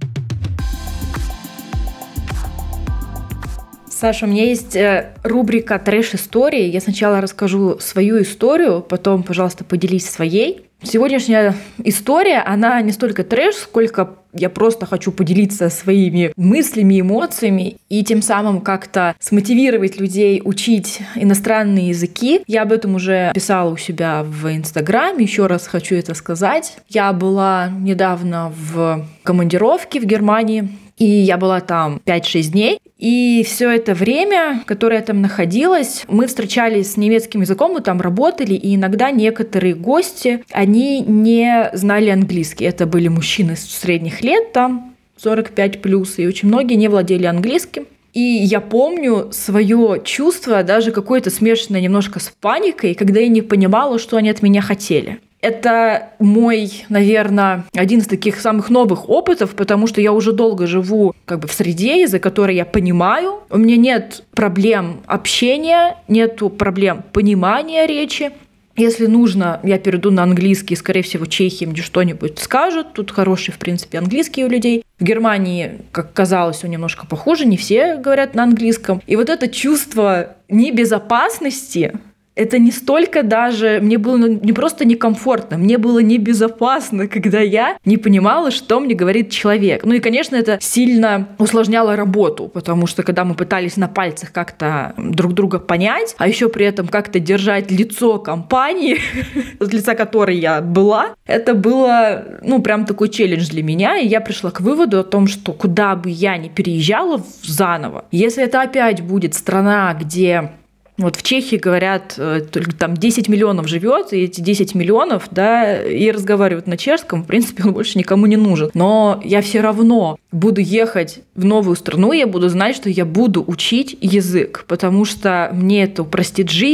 Саша, у меня есть рубрика «Трэш-истории». Я сначала расскажу свою историю, потом, пожалуйста, поделись своей. Сегодняшняя история, она не столько трэш, сколько я просто хочу поделиться своими мыслями, эмоциями и тем самым как-то смотивировать людей учить иностранные языки. Я об этом уже писала у себя в Инстаграме, еще раз хочу это сказать. Я была недавно в командировке в Германии, и я была там 5-6 дней. И все это время, которое я там находилась, мы встречались с немецким языком, мы там работали, и иногда некоторые гости, они не знали английский. Это были мужчины средних лет, там 45+, и очень многие не владели английским. И я помню свое чувство, даже какое-то смешанное немножко с паникой, когда я не понимала, что они от меня хотели. Это мой, наверное, один из таких самых новых опытов, потому что я уже долго живу как бы в среде, из-за которой я понимаю. У меня нет проблем общения, нет проблем понимания речи. Если нужно, я перейду на английский, скорее всего, чехи мне что-нибудь скажут. Тут хороший, в принципе, английский у людей. В Германии, как казалось, он немножко похуже, не все говорят на английском. И вот это чувство небезопасности, это не столько даже... Мне было не просто некомфортно, мне было небезопасно, когда я не понимала, что мне говорит человек. Ну и, конечно, это сильно усложняло работу, потому что когда мы пытались на пальцах как-то друг друга понять, а еще при этом как-то держать лицо компании, с лица которой я была, это было, прям такой челлендж для меня. И я пришла к выводу о том, что куда бы я ни переезжала заново, если это опять будет страна, где... Вот в Чехии говорят, только там 10 миллионов живет, и эти 10 миллионов, да, и разговаривают на чешском, в принципе, он больше никому не нужен. Но я все равно буду ехать в новую страну, я буду знать, что я буду учить язык, потому что мне это упростит жизнь.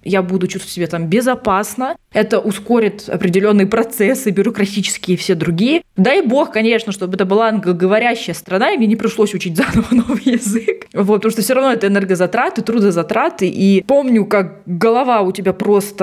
я буду чувствовать себя там безопасно, это ускорит определенные процессы бюрократические и все другие. Дай бог, конечно, чтобы это была англоговорящая страна, и мне не пришлось учить заново новый язык. Вот, потому что все равно это энергозатраты, трудозатраты. И помню, как голова у тебя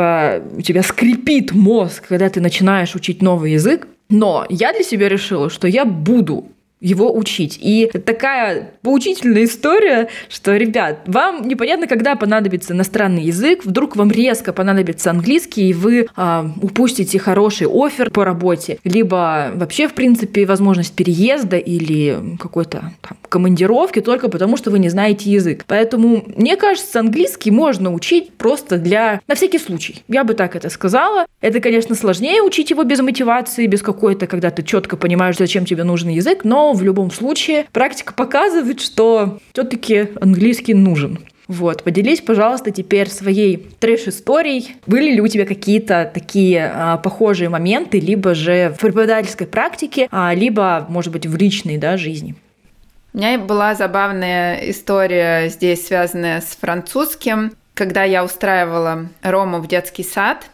скрипит мозг, когда ты начинаешь учить новый язык. Но я для себя решила, что я буду его учить. И такая поучительная история, что, ребят, вам непонятно, когда понадобится иностранный язык, вдруг вам резко понадобится английский, и вы упустите хороший оффер по работе, либо вообще, в принципе, возможность переезда или какой-то там командировки только потому, что вы не знаете язык. Поэтому, мне кажется, английский можно учить просто на всякий случай. Я бы так это сказала. Это, конечно, сложнее учить его без мотивации, без какой-то, когда ты четко понимаешь, зачем тебе нужен язык, но в любом случае практика показывает, что все-таки английский нужен. Вот, поделись, пожалуйста, теперь своей трэш-историей. Были ли у тебя какие-то такие похожие моменты, либо же в преподавательской практике, либо, может быть, в личной жизни?
У меня была забавная история здесь, связанная с французским. Когда я устраивала Рому в детский сад,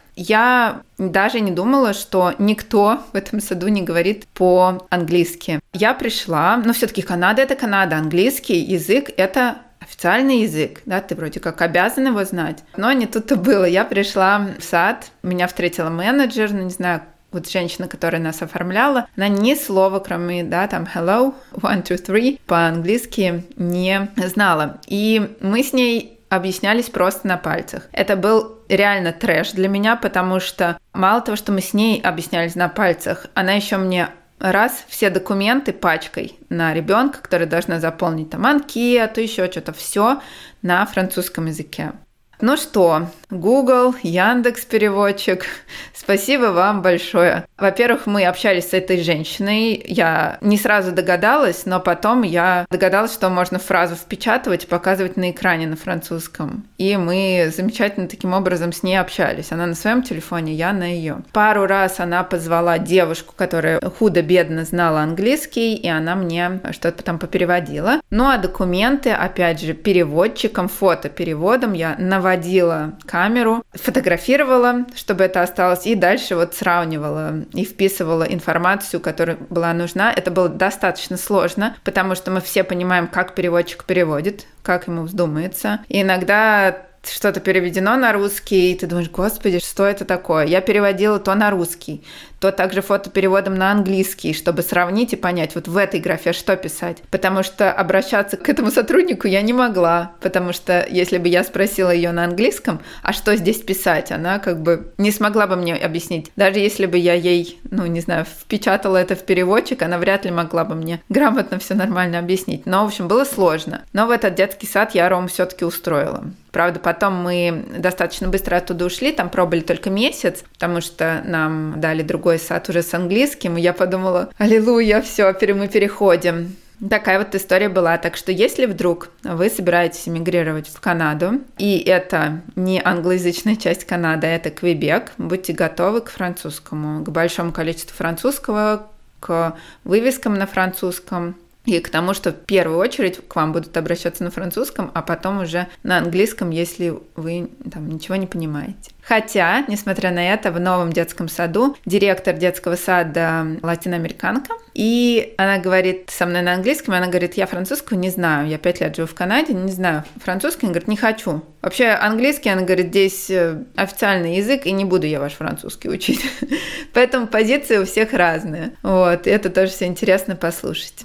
я даже не думала, что никто в этом саду не говорит по-английски. Я пришла, все-таки Канада — это Канада, английский язык — это официальный язык, да, ты вроде как обязан его знать. Но не тут-то было. Я пришла в сад, меня встретила менеджер, не знаю, вот женщина, которая нас оформляла, она ни слова, кроме, там, hello, 1, 2, 3, по-английски не знала. И мы с ней объяснялись просто на пальцах. Это был реально трэш для меня, потому что мало того, что мы с ней объяснялись на пальцах, она еще мне все документы пачкой на ребенка, который должна заполнить там анкету, еще что-то, все на французском языке. Ну что, Google, Яндекс.Переводчик, спасибо вам большое. Во-первых, мы общались с этой женщиной, я не сразу догадалась, но потом я догадалась, что можно фразу впечатывать и показывать на экране на французском. И мы замечательно таким образом с ней общались. Она на своем телефоне, я на ее. Пару раз она позвала девушку, которая худо-бедно знала английский, и она мне что-то там попереводила. Ну а документы, опять же, переводчиком, фотопереводом я наводила камеру, фотографировала, чтобы это осталось, и дальше вот сравнивала и вписывала информацию, которая была нужна. Это было достаточно сложно, потому что мы все понимаем, как переводчик переводит, как ему вздумается. И иногда что-то переведено на русский, и ты думаешь, господи, что это такое? Я переводила то на русский, то также фотопереводом на английский, чтобы сравнить и понять, вот в этой графе что писать. Потому что обращаться к этому сотруднику я не могла, потому что если бы я спросила ее на английском, а что здесь писать, она как бы не смогла бы мне объяснить. Даже если бы я ей, впечатала это в переводчик, она вряд ли могла бы мне грамотно все нормально объяснить. Но, в общем, было сложно. Но в этот детский сад я Рому все-таки устроила. Правда, потом мы достаточно быстро оттуда ушли, там пробыли только месяц, потому что нам дали другой сад уже с английским, и я подумала, аллилуйя, все, мы переходим. Такая вот история была. Так что если вдруг вы собираетесь эмигрировать в Канаду, и это не англоязычная часть Канады, а это Квебек, будьте готовы к французскому, к большому количеству французского, к вывескам на французском, и к тому, что в первую очередь к вам будут обращаться на французском, а потом уже на английском, если вы там ничего не понимаете. Хотя, несмотря на это, в новом детском саду директор детского сада латиноамериканка, и она говорит со мной на английском, она говорит, я французскую не знаю, я 5 лет живу в Канаде, не знаю французский, она говорит, не хочу. Вообще английский, она говорит, здесь официальный язык, и не буду я ваш французский учить. Поэтому позиции у всех разные. Вот, и это тоже все интересно послушать.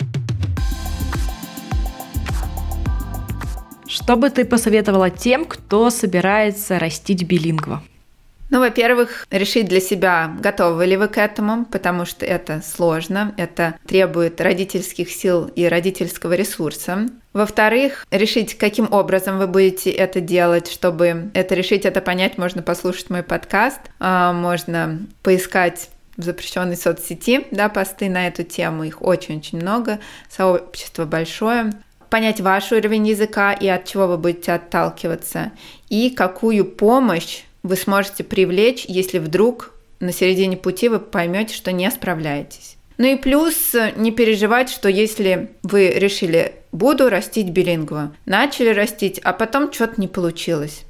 Что бы ты посоветовала тем, кто собирается растить билингва?
Во-первых, решить для себя, готовы ли вы к этому, потому что это сложно, это требует родительских сил и родительского ресурса. Во-вторых, решить, каким образом вы будете это делать. Чтобы это решить, это понять, можно послушать мой подкаст, можно поискать в запрещенной соцсети, посты на эту тему, их очень-очень много, сообщество большое. Понять ваш уровень языка и от чего вы будете отталкиваться, и какую помощь вы сможете привлечь, если вдруг на середине пути вы поймете, что не справляетесь. И плюс не переживать, что если вы решили, буду растить билингва, начали растить, а потом что-то не получилось.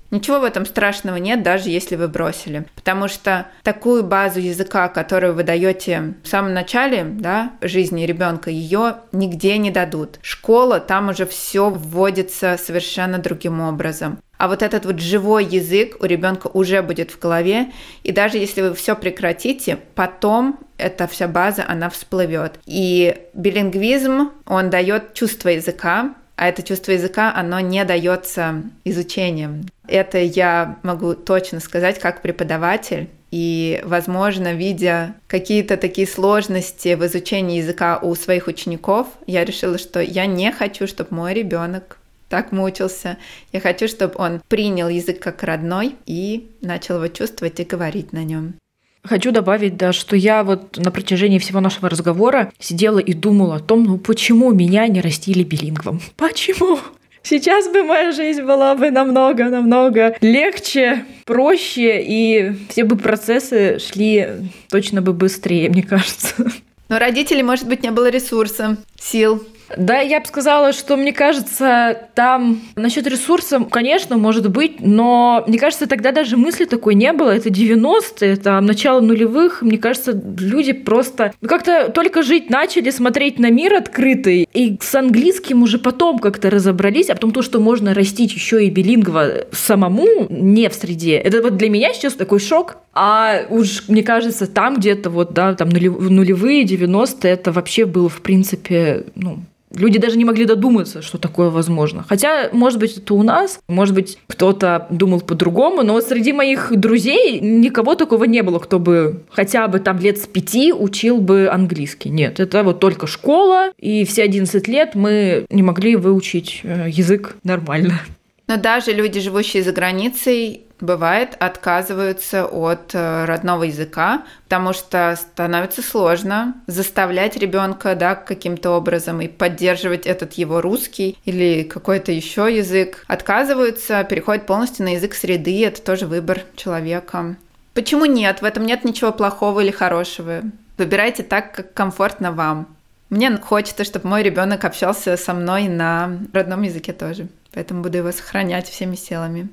Ничего в этом страшного нет, даже если вы бросили. Потому что такую базу языка, которую вы даете в самом начале жизни ребенка, ее нигде не дадут. Школа, там уже все вводится совершенно другим образом. А вот этот вот живой язык у ребенка уже будет в голове, и даже если вы все прекратите, потом эта вся база, она всплывет. И билингвизм, он дает чувство языка, а это чувство языка, оно не дается изучением. Это я могу точно сказать как преподаватель. И, возможно, видя какие-то такие сложности в изучении языка у своих учеников, я решила, что я не хочу, чтобы мой ребенок так мучился. Я хочу, чтобы он принял язык как родной и начал его чувствовать и говорить на нем.
Хочу добавить, что я вот на протяжении всего нашего разговора сидела и думала о том, почему меня не растили билингвом. Почему? Сейчас бы моя жизнь была бы намного легче, проще, и все бы процессы шли точно бы быстрее, мне кажется.
Но родителей, может быть, не было ресурса, сил.
Да, я бы сказала, что, мне кажется, там насчет ресурсов, конечно, может быть, но мне кажется, тогда даже мысли такой не было. Это 90-е, это начало нулевых. Мне кажется, люди просто как-то только жить начали, смотреть на мир открытый, и с английским уже потом как-то разобрались, а потом то, что можно растить еще и билингва самому, не в среде. Это вот для меня сейчас такой шок. А уж, мне кажется, там где-то там нулевые, 90-е, это вообще было, в принципе, люди даже не могли додуматься, что такое возможно. Хотя, может быть, это у нас, может быть, кто-то думал по-другому, но вот среди моих друзей никого такого не было, кто бы хотя бы там лет с 5 учил бы английский. Нет, это вот только школа, и все 11 лет мы не могли выучить язык нормально.
Но даже люди, живущие за границей, бывает, отказываются от родного языка, потому что становится сложно заставлять ребенка каким-то образом и поддерживать этот его русский или какой-то еще язык. Отказываются, переходят полностью на язык среды, это тоже выбор человека. Почему нет? В этом нет ничего плохого или хорошего. Выбирайте так, как комфортно вам. Мне хочется, чтобы мой ребенок общался со мной на родном языке тоже. Поэтому буду его сохранять всеми силами.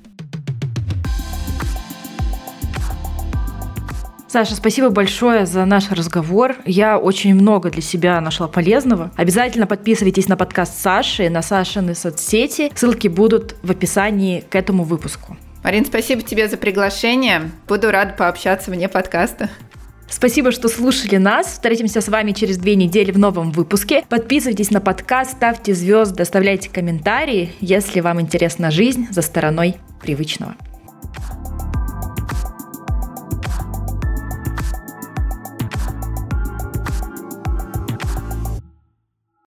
Саша, спасибо большое за наш разговор. Я очень много для себя нашла полезного. Обязательно подписывайтесь на подкаст Саши, на Сашины соцсети. Ссылки будут в описании к этому выпуску.
Марин, спасибо тебе за приглашение. Буду рада пообщаться вне подкаста.
Спасибо, что слушали нас. Встретимся с вами через 2 недели в новом выпуске. Подписывайтесь на подкаст, ставьте звезды, оставляйте комментарии, если вам интересна жизнь за стороной привычного.